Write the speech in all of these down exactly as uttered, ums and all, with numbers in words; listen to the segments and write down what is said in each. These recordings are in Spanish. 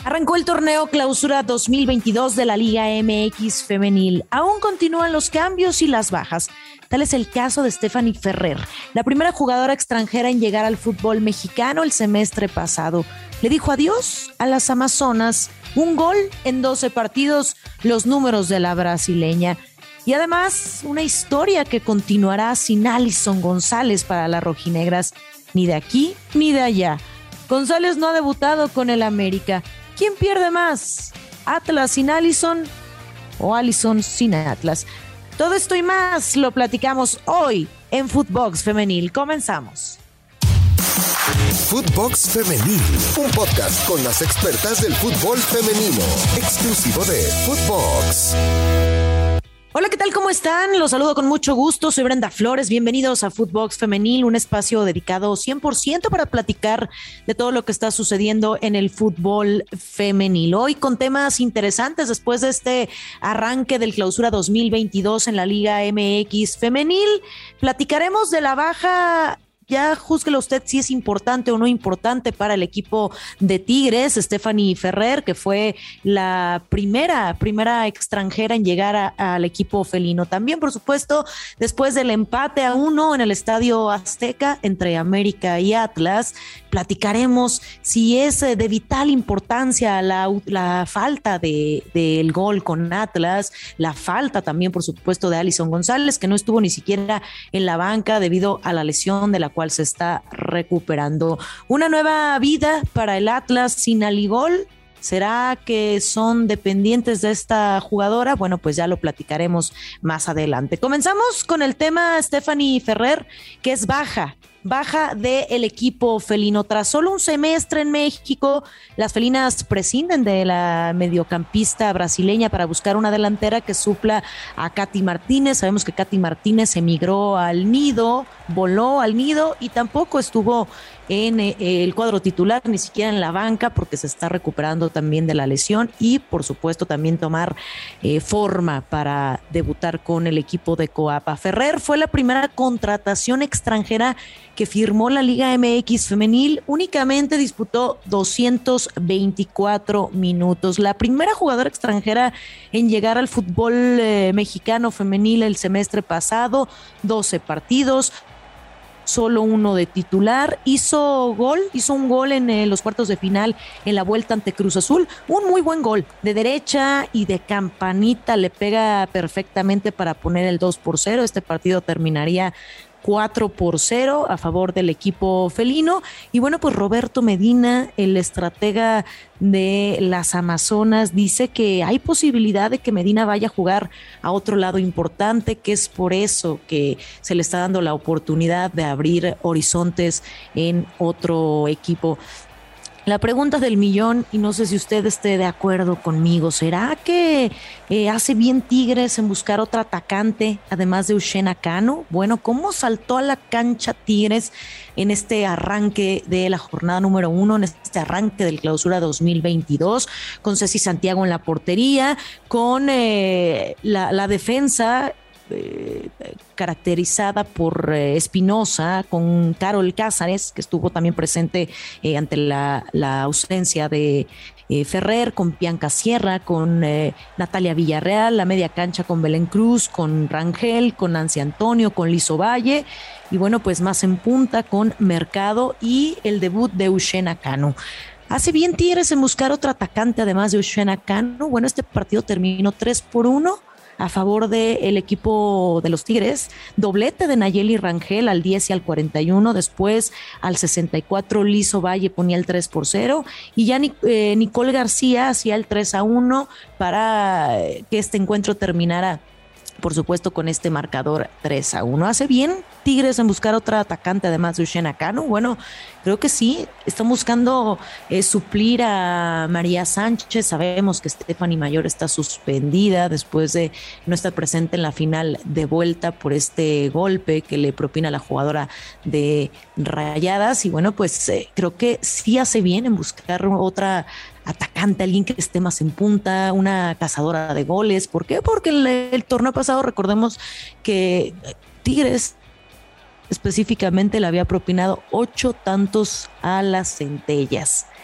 Arrancó el torneo Clausura dos mil veintidós de la Liga M X Femenil. Aún continúan los cambios y las bajas. Tal es el caso de Stephanie Ferrer, la primera jugadora extranjera en llegar al fútbol mexicano el semestre pasado. Le dijo adiós a las Amazonas, un gol en doce partidos, los números de la brasileña. Y además, una historia que continuará sin Alison González para las rojinegras, ni de aquí ni de allá. González no ha debutado con el América. ¿Quién pierde más? ¿Atlas sin Alison o Alison sin Atlas? Todo esto y más lo platicamos hoy en Footbox Femenil. Comenzamos. Footbox Femenil, un podcast con las expertas del fútbol femenino, exclusivo de Footbox. Hola, ¿qué tal? ¿Cómo están? Los saludo con mucho gusto. Soy Brenda Flores. Bienvenidos a Footbox Femenil, un espacio dedicado cien por ciento para platicar de todo lo que está sucediendo en el fútbol femenil. Hoy con temas interesantes después de este arranque del Clausura dos mil veintidós en la Liga M X Femenil. Platicaremos de la baja. Ya júzguelo usted si es importante o no importante para el equipo de Tigres. Stephanie Ferrer, que fue la primera, primera extranjera en llegar a, al equipo felino. También, por supuesto, después del empate a uno en el Estadio Azteca entre América y Atlas, platicaremos si es de vital importancia la, la falta de, del gol con Atlas, la falta también, por supuesto, de Alison González, que no estuvo ni siquiera en la banca debido a la lesión de la cual se está recuperando. Una nueva vida para el Atlas sin Aligol. ¿Será que son dependientes de esta jugadora? Bueno, pues ya lo platicaremos más adelante. Comenzamos con el tema Stephanie Ferrer, que es baja. Baja del equipo felino. Tras solo un semestre en México, las felinas prescinden de la mediocampista brasileña para buscar una delantera que supla a Katy Martínez. Sabemos que Katy Martínez emigró al nido, voló al nido y tampoco estuvo en el cuadro titular, ni siquiera en la banca, porque se está recuperando también de la lesión y por supuesto también tomar eh, forma para debutar con el equipo de Coapa. Ferrer fue la primera contratación extranjera que firmó la Liga M X Femenil. Únicamente disputó doscientos veinticuatro minutos. La primera jugadora extranjera en llegar al fútbol eh, mexicano femenil el semestre pasado, doce partidos, solo uno de titular. Hizo gol, hizo un gol en eh, los cuartos de final en la vuelta ante Cruz Azul, un muy buen gol, de derecha y de campanita, le pega perfectamente para poner el dos por cero. Este partido terminaría cuatro por cero a favor del equipo felino. Y bueno, pues Roberto Medina, el estratega de las Amazonas, dice que hay posibilidad de que Medina vaya a jugar a otro lado importante, que es por eso que se le está dando la oportunidad de abrir horizontes en otro equipo. La pregunta del millón, y no sé si usted esté de acuerdo conmigo, ¿será que eh, hace bien Tigres en buscar otra atacante, además de Ushena Cano? Bueno, ¿cómo saltó a la cancha Tigres en este arranque de la jornada número uno, en este arranque del Clausura dos mil veintidós, con Ceci Santiago en la portería, con eh, la, la defensa Eh, caracterizada por eh, Espinosa, con Carol Cázares, que estuvo también presente eh, ante la, la ausencia de eh, Ferrer, con Bianca Sierra, con eh, Natalia Villarreal, la media cancha con Belén Cruz, con Rangel, con Nancy Antonio, con Lizo Valle, y bueno, pues más en punta con Mercado y el debut de Ushena Cano. ¿Hace bien Tigres en buscar otro atacante además de Ushena Cano? Bueno, este partido terminó tres por uno a favor del equipo de los Tigres. Doblete de Nayeli Rangel al diez y al cuarenta y uno, después al sesenta y cuatro Lizo Valle ponía el tres por cero y ya eh, Nicole García hacía el tres a uno para que este encuentro terminara, por supuesto, con este marcador tres a uno. ¿Hace bien Tigres en buscar otra atacante además de Ushena Cano? Bueno, creo que sí, están buscando eh, suplir a María Sánchez. Sabemos que Stephanie Mayor está suspendida después de no estar presente en la final de vuelta por este golpe que le propina la jugadora de Rayadas, y bueno, pues eh, creo que sí hace bien en buscar otra atacante, alguien que esté más en punta, una cazadora de goles. ¿Por qué? Porque el, el torneo pasado, recordemos que Tigres específicamente le había propinado ocho tantos a las Centellas.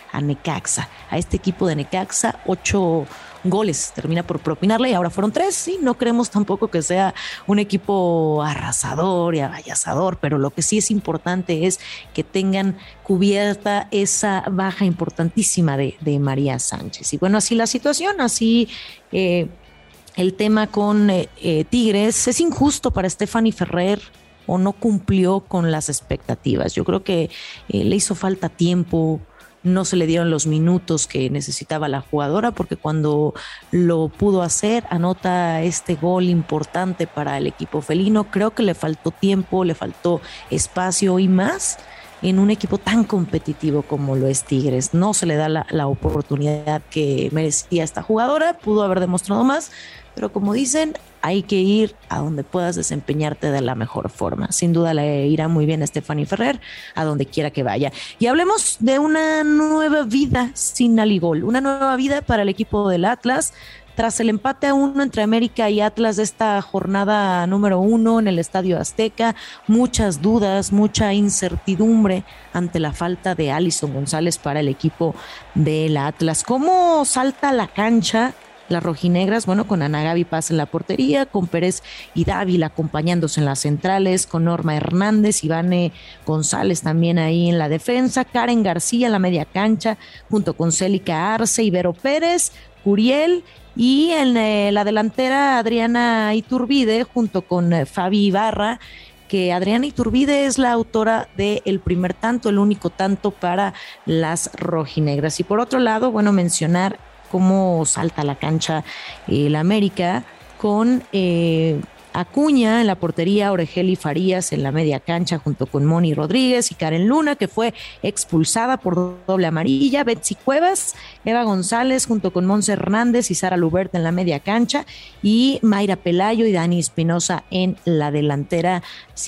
a Necaxa, a este equipo de Necaxa, ocho goles termina por propinarle y ahora fueron tres. Sí, no creemos tampoco que sea un equipo arrasador y avallazador, pero lo que sí es importante es que tengan cubierta esa baja importantísima de, de María Sánchez. Y bueno, así la situación, así eh, el tema con eh, eh, Tigres. Es injusto para Stephanie Ferrer, o no cumplió con las expectativas. Yo creo que eh, le hizo falta tiempo, no se le dieron los minutos que necesitaba la jugadora, porque cuando lo pudo hacer, anota este gol importante para el equipo felino. Creo que le faltó tiempo, le faltó espacio y más en un equipo tan competitivo como lo es Tigres. No se le da la, la oportunidad que merecía esta jugadora, pudo haber demostrado más, pero como dicen, hay que ir a donde puedas desempeñarte de la mejor forma. Sin duda le irá muy bien a Stephanie Ferrer, a donde quiera que vaya. Y hablemos de una nueva vida sin Aligol, una nueva vida para el equipo del Atlas. Tras el empate a uno entre América y Atlas de esta jornada número uno en el Estadio Azteca, muchas dudas, mucha incertidumbre ante la falta de Alison González para el equipo del Atlas. ¿Cómo salta a la cancha las rojinegras? Bueno, con Ana Gaby Paz en la portería, con Pérez y Dávila acompañándose en las centrales, con Norma Hernández, Ivane González también ahí en la defensa, Karen García en la media cancha, junto con Célica Arce, Ibero Pérez, Curiel, y en eh, la delantera Adriana Iturbide junto con eh, Fabi Ibarra, que Adriana Iturbide es la autora del primer tanto, el único tanto para las rojinegras. Y por otro lado, bueno, mencionar cómo salta a la cancha el América con eh, Acuña en la portería, Oregeli Farías en la media cancha junto con Moni Rodríguez y Karen Luna, que fue expulsada por doble amarilla, Betsy Cuevas, Eva González junto con Monse Hernández y Sara Lubert en la media cancha, y Mayra Pelayo y Dani Espinosa en la delantera,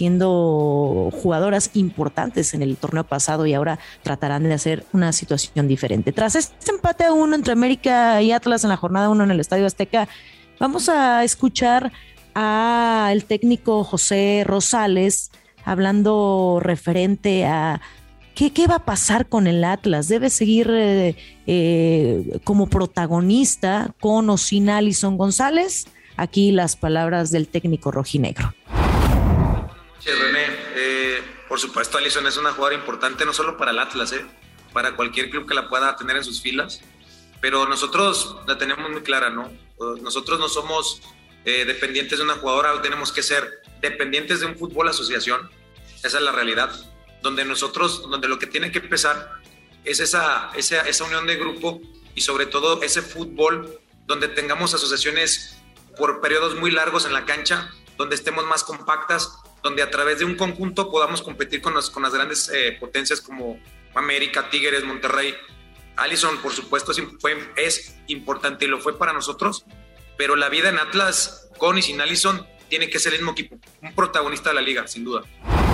siendo jugadoras importantes en el torneo pasado y ahora tratarán de hacer una situación diferente. Tras este empate a uno entre América y Atlas en la jornada uno en el Estadio Azteca, vamos a escuchar a el técnico José Rosales hablando referente a qué, qué va a pasar con el Atlas. ¿Debe seguir eh, eh, como protagonista con o sin Alison González? Aquí las palabras del técnico rojinegro. Sí, René, eh, por supuesto Alison es una jugadora importante no solo para el Atlas, eh, para cualquier club que la pueda tener en sus filas, pero nosotros la tenemos muy clara, ¿no? Nosotros no somos Eh, dependientes de una jugadora, tenemos que ser dependientes de un fútbol asociación. Esa es la realidad, donde nosotros, donde lo que tiene que empezar es esa, esa, esa unión de grupo y sobre todo ese fútbol donde tengamos asociaciones por periodos muy largos en la cancha, donde estemos más compactas, donde a través de un conjunto podamos competir con, los, con las grandes eh, potencias como América, Tigres, Monterrey. Alison, por supuesto, fue, es importante y lo fue para nosotros, pero la vida en Atlas, con y sin Alison, tiene que ser el mismo equipo, un protagonista de la liga, sin duda.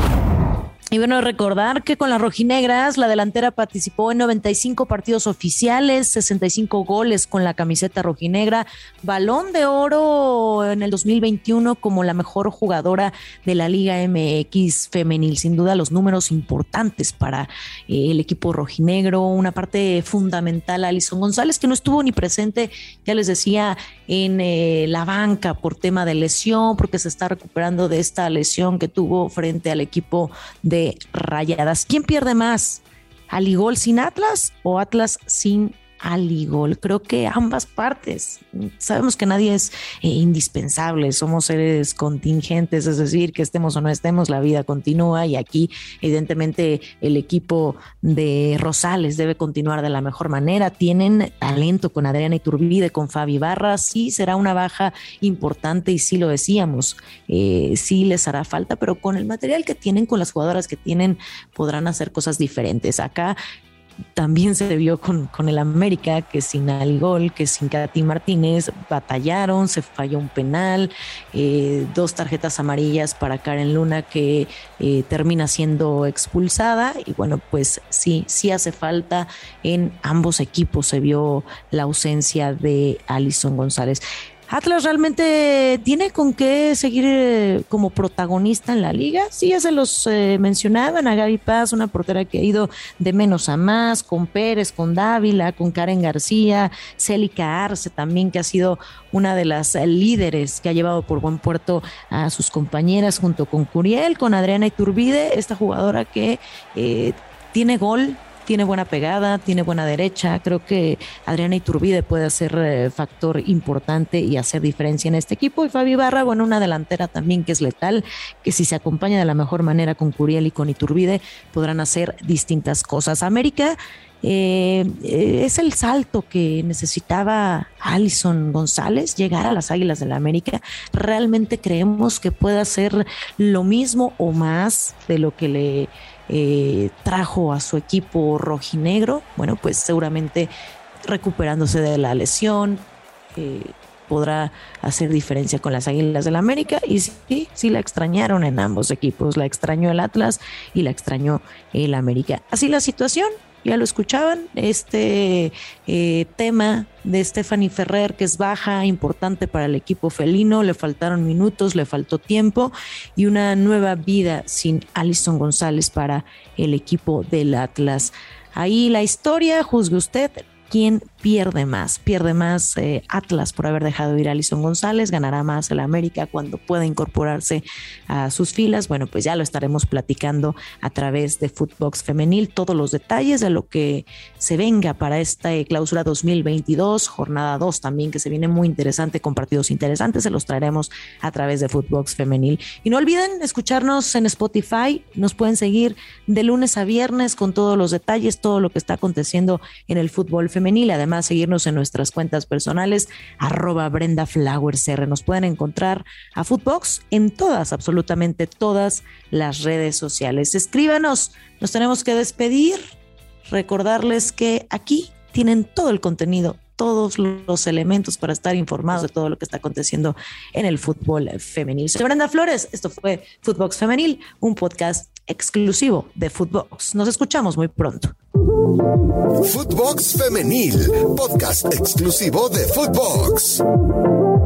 Y bueno, recordar que con las rojinegras la delantera participó en noventa y cinco partidos oficiales, sesenta y cinco goles con la camiseta rojinegra, Balón de Oro en el dos mil veintiuno como la mejor jugadora de la Liga M X femenil. Sin duda los números importantes para eh, el equipo rojinegro, una parte fundamental Alison González, que no estuvo ni presente, ya les decía, en eh, la banca por tema de lesión, porque se está recuperando de esta lesión que tuvo frente al equipo de Rayadas. ¿Quién pierde más? ¿Aligol sin Atlas o Atlas sin Aligol? Creo que ambas partes. Sabemos que nadie es eh, indispensable, somos seres contingentes, es decir, que estemos o no estemos, la vida continúa, y aquí evidentemente el equipo de Rosales debe continuar de la mejor manera. Tienen talento con Adriana Iturbide, con Fabi Ibarra. Sí será una baja importante y sí lo decíamos, eh, sí les hará falta, pero con el material que tienen, con las jugadoras que tienen, podrán hacer cosas diferentes. Acá también se vio con, con el América, que sin Aligol, que sin Katy Martínez batallaron, se falló un penal, eh, dos tarjetas amarillas para Karen Luna, que eh, termina siendo expulsada. Y bueno, pues sí, sí hace falta en ambos equipos, se vio la ausencia de Alison González. Atlas realmente tiene con qué seguir eh, como protagonista en la liga. Sí, ya se los eh, mencionaban a Gaby Paz, una portera que ha ido de menos a más, con Pérez, con Dávila, con Karen García, Célica Arce también, que ha sido una de las eh, líderes que ha llevado por buen puerto a sus compañeras, junto con Curiel, con Adriana Iturbide, esta jugadora que eh, tiene gol, tiene buena pegada, tiene buena derecha. Creo que Adriana Iturbide puede ser eh, factor importante y hacer diferencia en este equipo. Y Fabi Barra, bueno, una delantera también que es letal, que si se acompaña de la mejor manera con Curiel y con Iturbide, podrán hacer distintas cosas. América eh, eh, es el salto que necesitaba Alison González, llegar a las Águilas del la América. Realmente creemos que puede hacer lo mismo o más de lo que le Eh, trajo a su equipo rojinegro. Bueno, pues seguramente recuperándose de la lesión eh, podrá hacer diferencia con las Águilas del la América. Y sí, sí la extrañaron en ambos equipos, la extrañó el Atlas y la extrañó el América. Así la situación, ya lo escuchaban, este eh, tema de Stephanie Ferrer, que es baja, importante para el equipo felino, le faltaron minutos, le faltó tiempo y una nueva vida sin Alison González para el equipo del Atlas. Ahí la historia, juzgue usted. ¿Quién pierde más? Pierde más eh, Atlas por haber dejado ir a Alison González, ganará más el América cuando pueda incorporarse a sus filas. Bueno, pues ya lo estaremos platicando a través de Footbox Femenil, todos los detalles de lo que se venga para esta clausura dos mil veintidós, jornada dos también, que se viene muy interesante, con partidos interesantes, se los traeremos a través de Footbox Femenil. Y no olviden escucharnos en Spotify, nos pueden seguir de lunes a viernes con todos los detalles, todo lo que está aconteciendo en el fútbol femenil. Además, seguirnos en nuestras cuentas personales, arroba Brenda Flowers R. Nos pueden encontrar a Footbox en todas, absolutamente todas las redes sociales. Escríbanos, nos tenemos que despedir. Recordarles que aquí tienen todo el contenido, todos los elementos para estar informados de todo lo que está aconteciendo en el fútbol femenil. Soy Brenda Flores, esto fue Footbox Femenil, un podcast exclusivo de Footbox. Nos escuchamos muy pronto. Footbox Femenil, podcast exclusivo de Footbox.